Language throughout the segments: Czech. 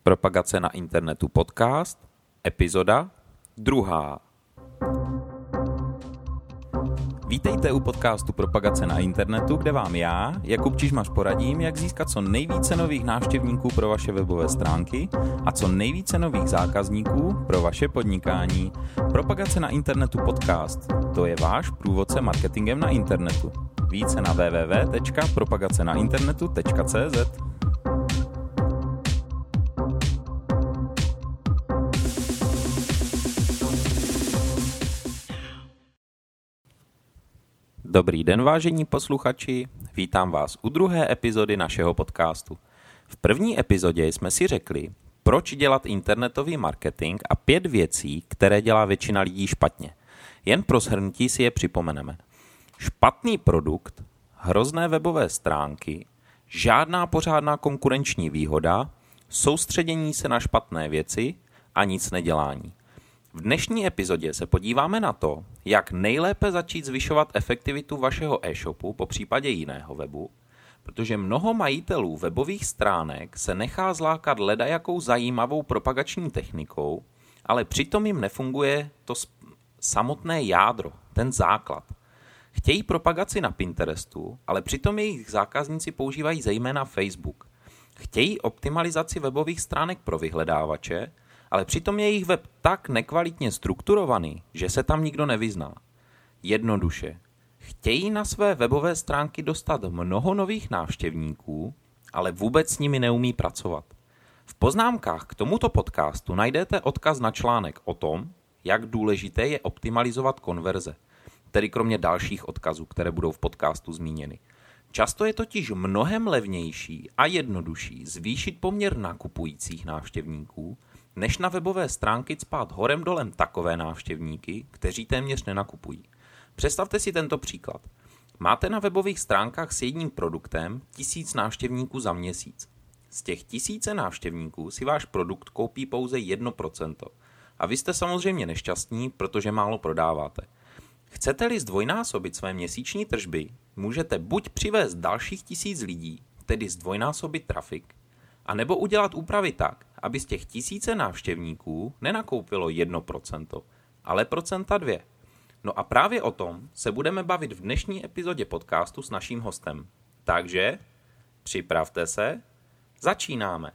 Propagace na internetu podcast, epizoda 2. Vítejte u podcastu Propagace na internetu, kde vám já, Jakub Čižmař, poradím, jak získat co nejvíce nových návštěvníků pro vaše webové stránky a co nejvíce nových zákazníků pro vaše podnikání. Propagace na internetu podcast, to je váš průvodce marketingem na internetu. Více na www.propagacenainternetu.cz. Dobrý den, vážení posluchači, vítám vás u druhé epizody našeho podcastu. V první epizodě jsme si řekli, proč dělat internetový marketing a 5 věcí, které dělá většina lidí špatně. Jen pro shrnutí si je připomeneme. Špatný produkt, hrozné webové stránky, žádná pořádná konkurenční výhoda, soustředění se na špatné věci a nic nedělání. V dnešní epizodě se podíváme na to, jak nejlépe začít zvyšovat efektivitu vašeho e-shopu, popřípadě jiného webu, protože mnoho majitelů webových stránek se nechá zlákat ledajakou zajímavou propagační technikou, ale přitom jim nefunguje to samotné jádro, ten základ. Chtějí propagaci na Pinterestu, ale přitom jejich zákazníci používají zejména Facebook. Chtějí optimalizaci webových stránek pro vyhledávače, ale přitom je jejich web tak nekvalitně strukturovaný, že se tam nikdo nevyzná. Jednoduše. Chtějí na své webové stránky dostat mnoho nových návštěvníků, ale vůbec s nimi neumí pracovat. V poznámkách k tomuto podcastu najdete odkaz na článek o tom, jak důležité je optimalizovat konverze, tedy kromě dalších odkazů, které budou v podcastu zmíněny. Často je totiž mnohem levnější a jednodušší zvýšit poměr nakupujících návštěvníků, než na webové stránky cpát horem dolem takové návštěvníky, kteří téměř nenakupují. Představte si tento příklad. Máte na webových stránkách s jedním produktem 1000 návštěvníků za měsíc. Z těch 1000 návštěvníků si váš produkt koupí pouze 1%. A vy jste samozřejmě nešťastní, protože málo prodáváte. Chcete-li zdvojnásobit své měsíční tržby, můžete buď přivést dalších 1000 lidí, tedy zdvojnásobit trafik, a nebo udělat úpravy tak, aby z těch 1000 návštěvníků nenakoupilo 1%, ale 2%. No a právě o tom se budeme bavit v dnešní epizodě podcastu s naším hostem. Takže připravte se, začínáme.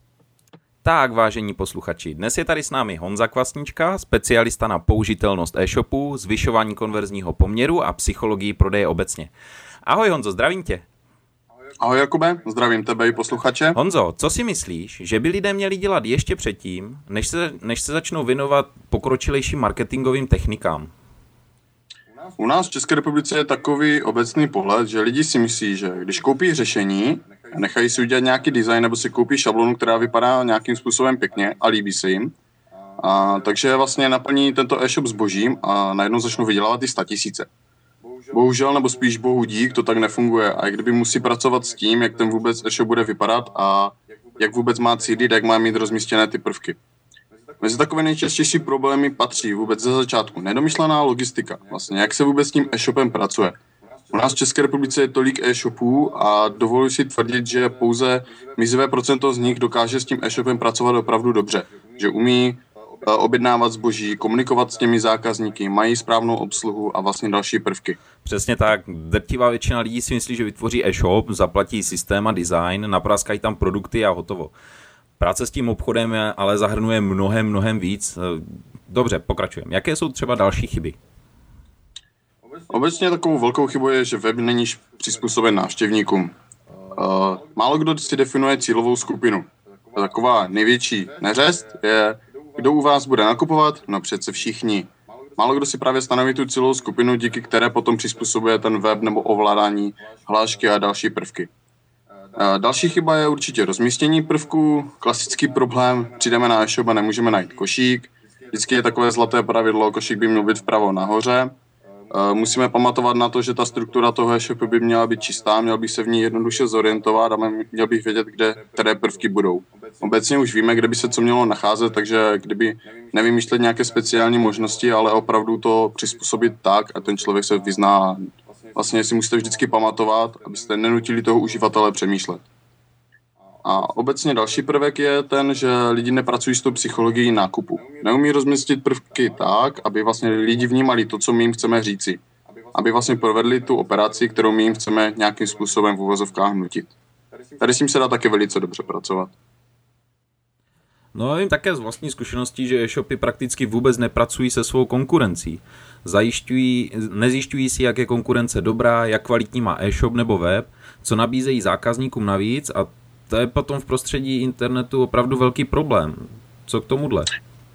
Tak, vážení posluchači, dnes je tady s námi Honza Kvasnička, specialista na použitelnost e-shopu, zvyšování konverzního poměru a psychologii prodeje obecně. Ahoj Honzo, zdravím tě. Ahoj Jakube, zdravím tebe i posluchače. Honzo, co si myslíš, že by lidé měli dělat ještě předtím, než se začnou věnovat pokročilejším marketingovým technikám? U nás v České republice je takový obecný pohled, že lidi si myslí, že když koupí řešení, nechají si udělat nějaký design nebo si koupí šablonu, která vypadá nějakým způsobem pěkně a líbí se jim, takže vlastně naplní tento e-shop zbožím a najednou začnou vydělávat i 100 000. Bohužel, nebo spíš bohu dík, to tak nefunguje. A kdyby musí pracovat s tím, jak ten vůbec e-shop bude vypadat a jak vůbec má cílit, jak má mít rozmístěné ty prvky. Mezi takové nejčastější problémy patří vůbec ze začátku nedomyšlená logistika. Vlastně, jak se vůbec s tím e-shopem pracuje. U nás v České republice je tolik e-shopů a dovoluji si tvrdit, že pouze mizivé procento z nich dokáže s tím e-shopem pracovat opravdu dobře. Že umí objednávat zboží, komunikovat s těmi zákazníky, mají správnou obsluhu a vlastně další prvky. Přesně tak. Drtivá většina lidí si myslí, že vytvoří e-shop, zaplatí systém a design, napráskají tam produkty a hotovo. Práce s tím obchodem ale zahrnuje mnohem víc. Dobře, pokračujeme. Jaké jsou třeba další chyby? Obecně takovou velkou chybou je, že web není přizpůsoben návštěvníkům. Málo kdo si definuje cílovou skupinu. Taková největší neřest je, kdo u vás bude nakupovat? No přece všichni. Málo kdo si právě stanoví tu cílovou skupinu, díky které potom přizpůsobuje ten web nebo ovládání hlášky a další prvky. Další chyba je určitě rozmístění prvků. Klasický problém, přijdeme na e-shop a nemůžeme najít košík. Vždycky je takové zlaté pravidlo, košík by měl být vpravo nahoře. Musíme pamatovat na to, že ta struktura toho e-shopu by měla být čistá, měl bych se v ní jednoduše zorientovat a měl bych vědět, které prvky budou. Obecně už víme, kde by se co mělo nacházet, takže kdyby nevymýšlet nějaké speciální možnosti, ale opravdu to přizpůsobit tak a ten člověk se vyzná. Vlastně si musíte vždycky pamatovat, abyste nenutili toho uživatele přemýšlet. A obecně další prvek je ten, že lidi nepracují s tou psychologií nákupu. Neumí rozmístit prvky tak, aby vlastně lidi vnímali to, co my jim chceme říci. Aby vlastně provedli tu operaci, kterou my jim chceme nějakým způsobem v uvozovkách nutit. Tady s tím se dá také velice dobře pracovat. No, vím také z vlastní zkušeností, že e-shopy prakticky vůbec nepracují se svou konkurencí. Nezjišťují si, jak je konkurence dobrá, jak kvalitní má e-shop nebo web, co nabízejí zákazníkům navíc, a to je potom v prostředí internetu opravdu velký problém. Co k tomuhle?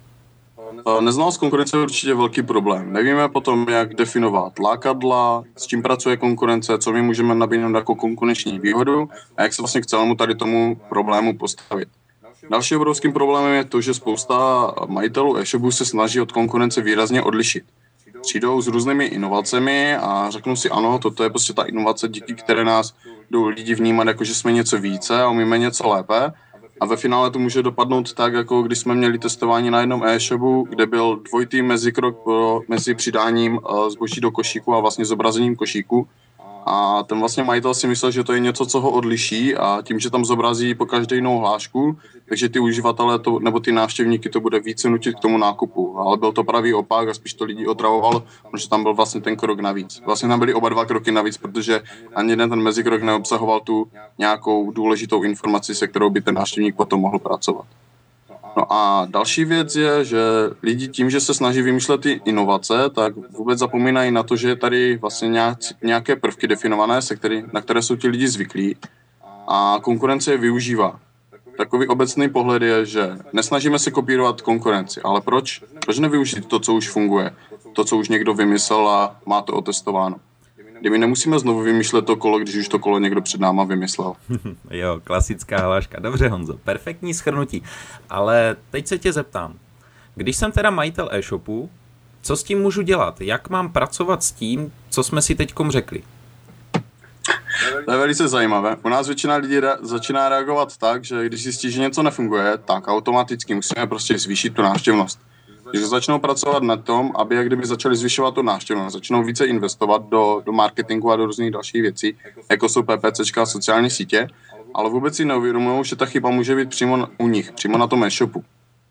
Neznalost konkurence je určitě velký problém. Nevíme potom, jak definovat lákadla, s čím pracuje konkurence, co my můžeme nabídnout jako konkurenční výhodu a jak se vlastně k celému tady tomu problému postavit. Dalším obrovským problémem je to, že spousta majitelů e-shopů se snaží od konkurence výrazně odlišit. Přijdou s různými inovacemi a řeknou si ano, toto je prostě ta inovace, díky které nás jdou lidi vnímat jako, že jsme něco více a umíme něco lépe. A ve finále to může dopadnout tak, jako když jsme měli testování na jednom e-shopu, kde byl dvojitý mezikrok mezi přidáním zboží do košíku a vlastně zobrazením košíku. A ten vlastně majitel si myslel, že to je něco, co ho odliší, a tím, že tam zobrazí po každé jinou hlášku, takže ty uživatelé nebo ty návštěvníky to bude více nutit k tomu nákupu. Ale byl to pravý opak a spíš to lidi otravoval, protože tam byl vlastně ten krok navíc. Vlastně tam byly oba dva kroky navíc, protože ani jeden ten mezikrok neobsahoval tu nějakou důležitou informaci, se kterou by ten návštěvník potom mohl pracovat. No a další věc je, že lidi tím, že se snaží vymýšlet ty inovace, tak vůbec zapomínají na to, že je tady vlastně nějaké prvky definované, na které jsou ti lidi zvyklí, a konkurence je využívá. Takový obecný pohled je, že nesnažíme se kopírovat konkurenci, ale proč? Proč nevyužít to, co už funguje, to, co už někdo vymyslel a má to otestováno? Kdy my nemusíme znovu vymýšlet to kolo, když už to kolo někdo před náma vymyslel. Jo, klasická hláška. Dobře, Honzo, perfektní shrnutí. Ale teď se tě zeptám. Když jsem teda majitel e-shopu, co s tím můžu dělat? Jak mám pracovat s tím, co jsme si teďkom řekli? To je velice zajímavé. U nás většina lidí začíná reagovat tak, že když zjistí, že něco nefunguje, tak automaticky musíme prostě zvýšit tu návštěvnost. Když začnou pracovat na tom, aby jak kdyby začali zvyšovat tu návštěvnost, začnou více investovat do marketingu a do různých dalších věcí, jako jsou PPCčka a sociální sítě, ale vůbec si neuvědomují, že ta chyba může být přímo u nich, přímo na tom e-shopu.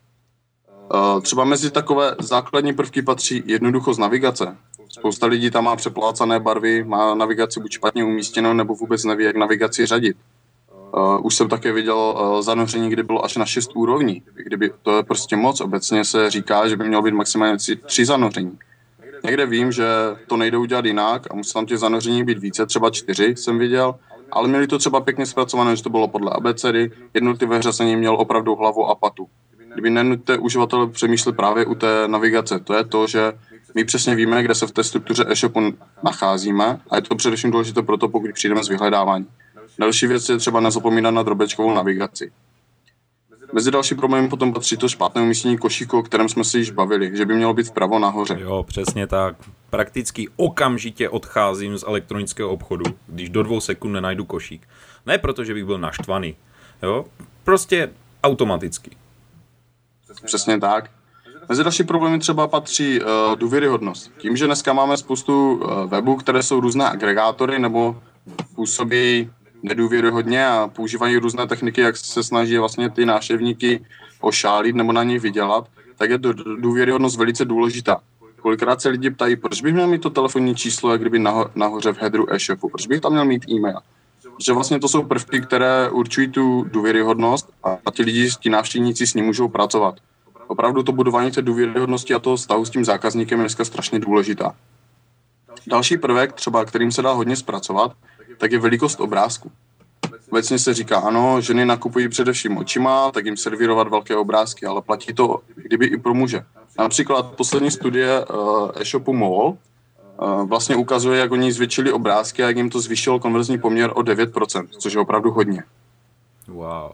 Třeba mezi takové základní prvky patří jednoduchost navigace. Spousta lidí tam má přeplácané barvy, má navigaci buď špatně umístěnou, nebo vůbec neví, jak navigaci řadit. Už jsem také viděl zanoření, kdy bylo až na 6 úrovní. Kdyby to je prostě moc, obecně se říká, že by mělo být maximálně 3 zanoření. Někde vím, že to nejde udělat jinak a musí tam těch zanoření být více, třeba 4 jsem viděl, ale měli to třeba pěkně zpracované, že to bylo podle abecedy, jednotlivé řazení měl opravdu hlavu a patu. Kdyby nenutíte uživatel přemýšlet právě u té navigace, to je to, že my přesně víme, kde se v té struktuře e-shopu nacházíme, a je to především důležité proto, pokud přijdeme z vyhledávání. Další věc je třeba nezapomínat na drobečkovou navigaci. Mezi další problémy potom patří to špatné umístění košíku, o kterém jsme se již bavili, že by mělo být vpravo nahoře. Jo, přesně tak. Prakticky okamžitě odcházím z elektronického obchodu, když do 2 sekund nenajdu košík. Ne proto, že bych byl naštvaný. Jo? Prostě automaticky. Přesně tak. Mezi další problémy třeba patří důvěryhodnost. Tím, že dneska máme spoustu webů, které jsou různé agregátory nebo působí nedůvěryhodně a používají různé techniky, jak se snaží vlastně ty návštěvníky ošálit nebo na nich vydělat, tak je důvěryhodnost velice důležitá. Kolikrát se lidi ptají, proč bych měl mít to telefonní číslo, jak kdyby nahoře v headeru e-shopu, proč bych tam měl mít e-mail. Protože vlastně to jsou prvky, které určují tu důvěryhodnost a ti lidi, ti návštěvníci s ní můžou pracovat. Opravdu to budování té důvěryhodnosti a toho vztahu s tím zákazníkem je dneska strašně důležitá. Další prvek, třeba kterým se dá hodně zpracovat, tak je velikost obrázku. Obecně se říká, ano, ženy nakupují především očima, tak jim servírovat velké obrázky, ale platí to kdyby i pro muže. Například poslední studie e-shopu MOL vlastně ukazuje, jak oni zvětšili obrázky a jak jim to zvýšilo konverzní poměr o 9%, což je opravdu hodně. Wow.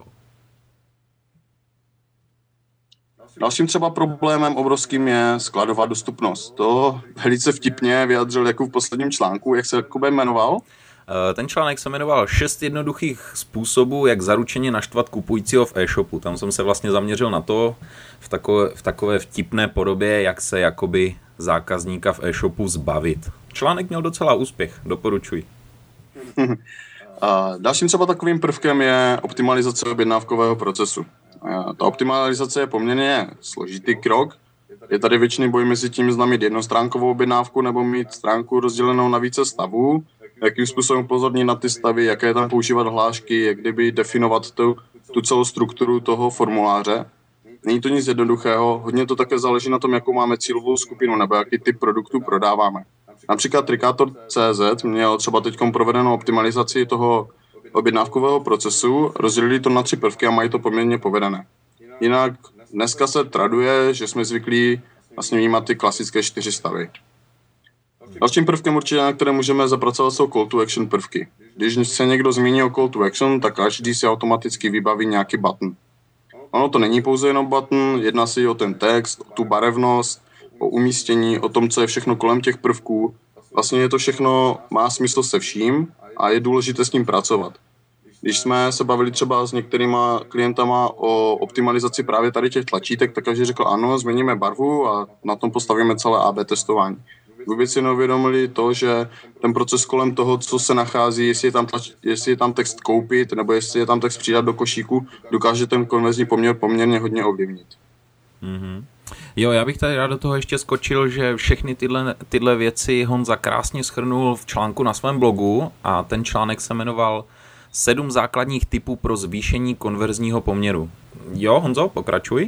Dalším třeba problémem obrovským je skladová dostupnost. To velice vtipně vyjadřil jako v posledním článku, jak se Jakube jmenoval. Ten článek se jmenoval 6 jednoduchých způsobů, jak zaručeně naštvat kupujícího v e-shopu. Tam jsem se vlastně zaměřil na to v takové vtipné podobě, jak se jakoby zákazníka v e-shopu zbavit. Článek měl docela úspěch, doporučuji. Dalším třeba takovým prvkem je optimalizace objednávkového procesu. Ta optimalizace je poměrně složitý krok. Je tady většiný boj mezi tím, zda mít jednostránkovou objednávku nebo mít stránku rozdělenou na více stavů, jakým způsobem upozornit na ty stavy, jaké tam používat hlášky, jak kdyby definovat tu celou strukturu toho formuláře. Není to nic jednoduchého, hodně to také záleží na tom, jakou máme cílovou skupinu nebo jaký typ produktů prodáváme. Například Trikátor.cz měl třeba teď provedenou optimalizaci toho objednávkového procesu, rozdělili to na 3 prvky a mají to poměrně povedené. Jinak dneska se traduje, že jsme zvyklí vlastně vnímat ty klasické 4 stavy. Dalším prvkem určitě, na které můžeme zapracovat, jsou call to action prvky. Když se někdo zmíní o call to action, tak každý si automaticky vybaví nějaký button. Ono to není pouze jenom button, jedná se i o ten text, o tu barevnost, o umístění, o tom, co je všechno kolem těch prvků. Vlastně je to všechno, má smysl se vším a je důležité s tím pracovat. Když jsme se bavili třeba s některýma klientama o optimalizaci právě tady těch tlačítek, tak každý řekl ano, změníme barvu a na tom postavíme celé AB testování. Vůbec si neuvědomili to, že ten proces kolem toho, co se nachází, jestli je tam text koupit nebo jestli je tam text přidat do košíku, dokáže ten konverzní poměr poměrně hodně ovlivnit. Mm-hmm. Jo, já bych tady rád do toho ještě skočil, že všechny tyhle věci Honza krásně shrnul v článku na svém blogu a ten článek se jmenoval 7 základních typů pro zvýšení konverzního poměru. Jo, Honzo, pokračuj.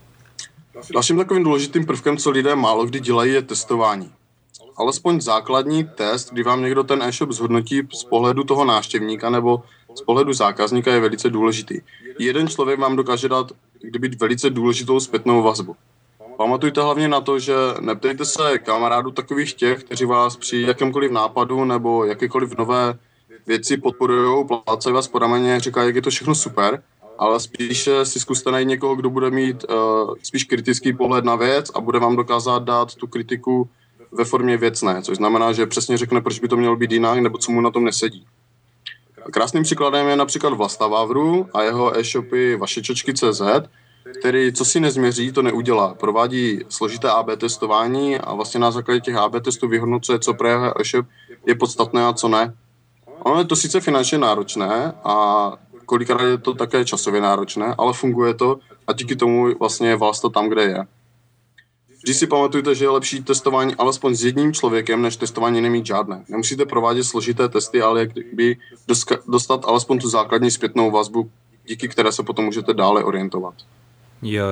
Dalším takovým důležitým prvkem, co lidé málo kdy dělají, je testování. Alespoň základní test, kdy vám někdo ten e-shop zhodnotí z pohledu toho návštěvníka nebo z pohledu zákazníka, je velice důležitý. Jeden člověk vám dokáže dát kdyby velice důležitou zpětnou vazbu. Pamatujte hlavně na to, že neptejte se kamarádů takových těch, kteří vás při jakémkoliv nápadu nebo jakékoliv nové věci podporujou, plácají vás po rameně, říkají, jak je to všechno super, ale spíše si zkuste najít někoho, kdo bude mít spíš kritický pohled na věc a bude vám dokázat dát tu kritiku ve formě věcné, což znamená, že přesně řekne, proč by to mělo být jinak, nebo co mu na tom nesedí. Krásným příkladem je například Vlasta Vávru a jeho e-shopy vašečočky.cz, který, co si nezměří, to neudělá. Provádí složité AB testování a vlastně na základě těch AB testů vyhodnocuje, co pro jeho e-shop je podstatné a co ne. Ono je to sice finančně náročné a kolikrát je to také časově náročné, ale funguje to a díky tomu vlastně je Vlasta tam, kde je. Vždy si pamatujte, že je lepší testování alespoň s jedním člověkem, než testování nemít žádné. Nemusíte provádět složité testy, ale kdyby dostat alespoň tu základní zpětnou vazbu, díky které se potom můžete dále orientovat. Jo.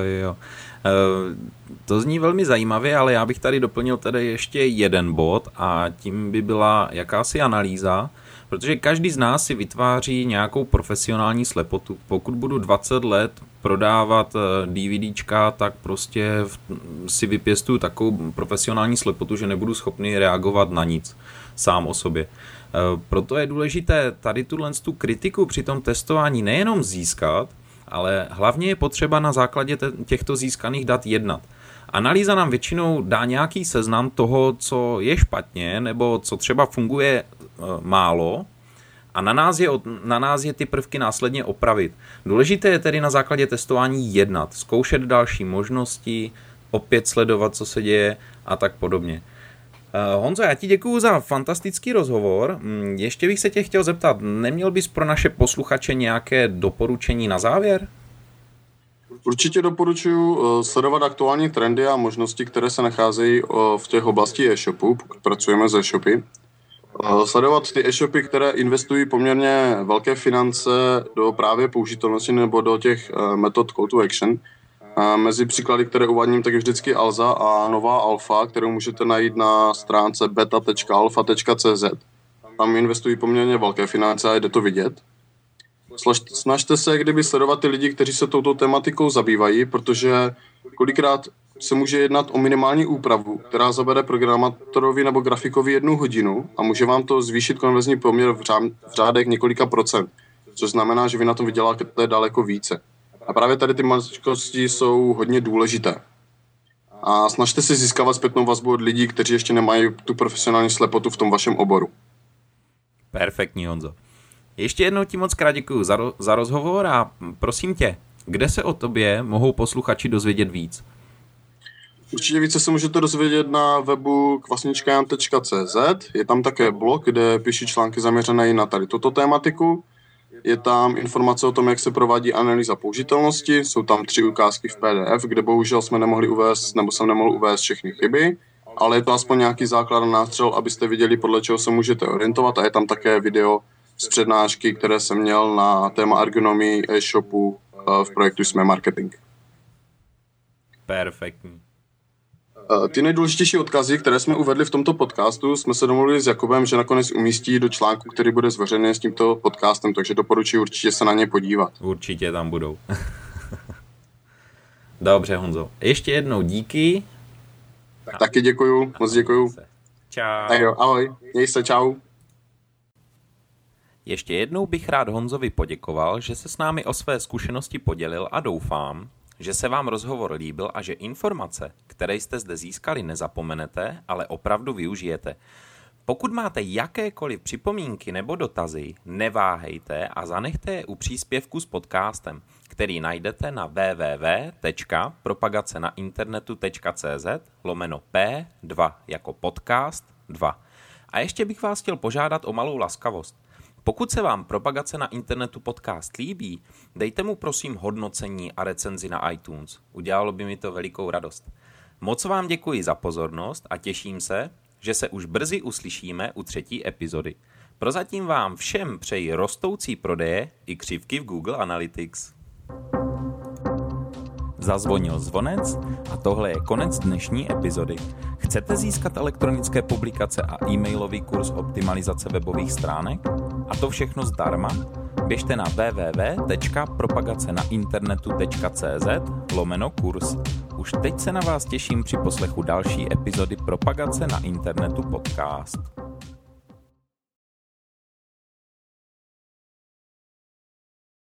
To zní velmi zajímavě, ale já bych tady doplnil tedy ještě jeden bod a tím by byla jakási analýza, protože každý z nás si vytváří nějakou profesionální slepotu. Pokud budu 20 let prodávat DVDčka, tak prostě si vypěstuju takovou profesionální slepotu, že nebudu schopný reagovat na nic sám o sobě. Proto je důležité tady tu kritiku při tom testování nejenom získat, ale hlavně je potřeba na základě těchto získaných dat jednat. Analýza nám většinou dá nějaký seznam toho, co je špatně, nebo co třeba funguje málo, a na nás je ty prvky následně opravit. Důležité je tedy na základě testování jednat, zkoušet další možnosti, opět sledovat, co se děje a tak podobně. Honzo, já ti děkuju za fantastický rozhovor. Ještě bych se tě chtěl zeptat, neměl bys pro naše posluchače nějaké doporučení na závěr? Určitě doporučuji sledovat aktuální trendy a možnosti, které se nacházejí v těch oblasti e-shopu, pokud pracujeme s e-shopy. Sledovat ty e-shopy, které investují poměrně velké finance do právě použitelnosti nebo do těch metod call to action. Mezi příklady, které uvádím, tak je vždycky Alza a nová Alfa, kterou můžete najít na stránce beta.alfa.cz. Tam investují poměrně velké finance a jde to vidět. Snažte se kdyby sledovat ty lidi, kteří se touto tematikou zabývají, protože kolikrát se může jednat o minimální úpravu, která zabere programátorovi nebo grafikovi 1 hodinu a může vám to zvýšit konverzní poměr v řádech několika procent, což znamená, že vy na tom vyděláte daleko více. A právě tady ty maličkosti jsou hodně důležité. A snažte se získávat zpětnou vazbu od lidí, kteří ještě nemají tu profesionální slepotu v tom vašem oboru. Perfektní, Honzo. Ještě jednou ti moc krát děkuju za rozhovor a prosím tě, kde se o tobě mohou posluchači dozvědět víc? Určitě více se můžete dozvědět na webu kvasničkajan.cz. Je tam také blog, kde píšu články zaměřené na tady tuto tématiku. Je tam informace o tom, jak se provádí analýza použitelnosti. Jsou tam 3 ukázky v PDF, kde bohužel jsme nemohli uvést, nebo jsem nemohl uvést všechny chyby, ale je to aspoň nějaký základ na nástřel, abyste viděli, podle čeho se můžete orientovat, a je tam také video z přednášky, které jsem měl na téma ergonomii e-shopu v projektu Jsme marketing. Perfektní. Ty nejdůležitější odkazy, které jsme uvedli v tomto podcastu, jsme se domluvili s Jakubem, že nakonec umístí do článku, který bude zveřejněn s tímto podcastem, takže doporučuji určitě se na ně podívat. Určitě tam budou. Dobře, Honzo. Ještě jednou díky. Taky děkuju, moc děkuju. Čau. Tak jo, ahoj, měj se, čau. Ještě jednou bych rád Honzovi poděkoval, že se s námi o své zkušenosti podělil a doufám, že se vám rozhovor líbil a že informace, které jste zde získali, nezapomenete, ale opravdu využijete. Pokud máte jakékoliv připomínky nebo dotazy, neváhejte a zanechte je u příspěvku s podcastem, který najdete na www.propagacenainternetu.cz/P2 jako podcast 2. A ještě bych vás chtěl požádat o malou laskavost. Pokud se vám Propagace na internetu podcast líbí, dejte mu prosím hodnocení a recenzi na iTunes. Udělalo by mi to velikou radost. Moc vám děkuji za pozornost a těším se, že se už brzy uslyšíme u 3. epizody. Prozatím vám všem přeji rostoucí prodeje i křivky v Google Analytics. Zazvonil zvonec a tohle je konec dnešní epizody. Chcete získat elektronické publikace a e-mailový kurz optimalizace webových stránek? A to všechno zdarma? Běžte na www.propagacenainternetu.cz/kurs. Už teď se na vás těším při poslechu další epizody Propagace na internetu podcast.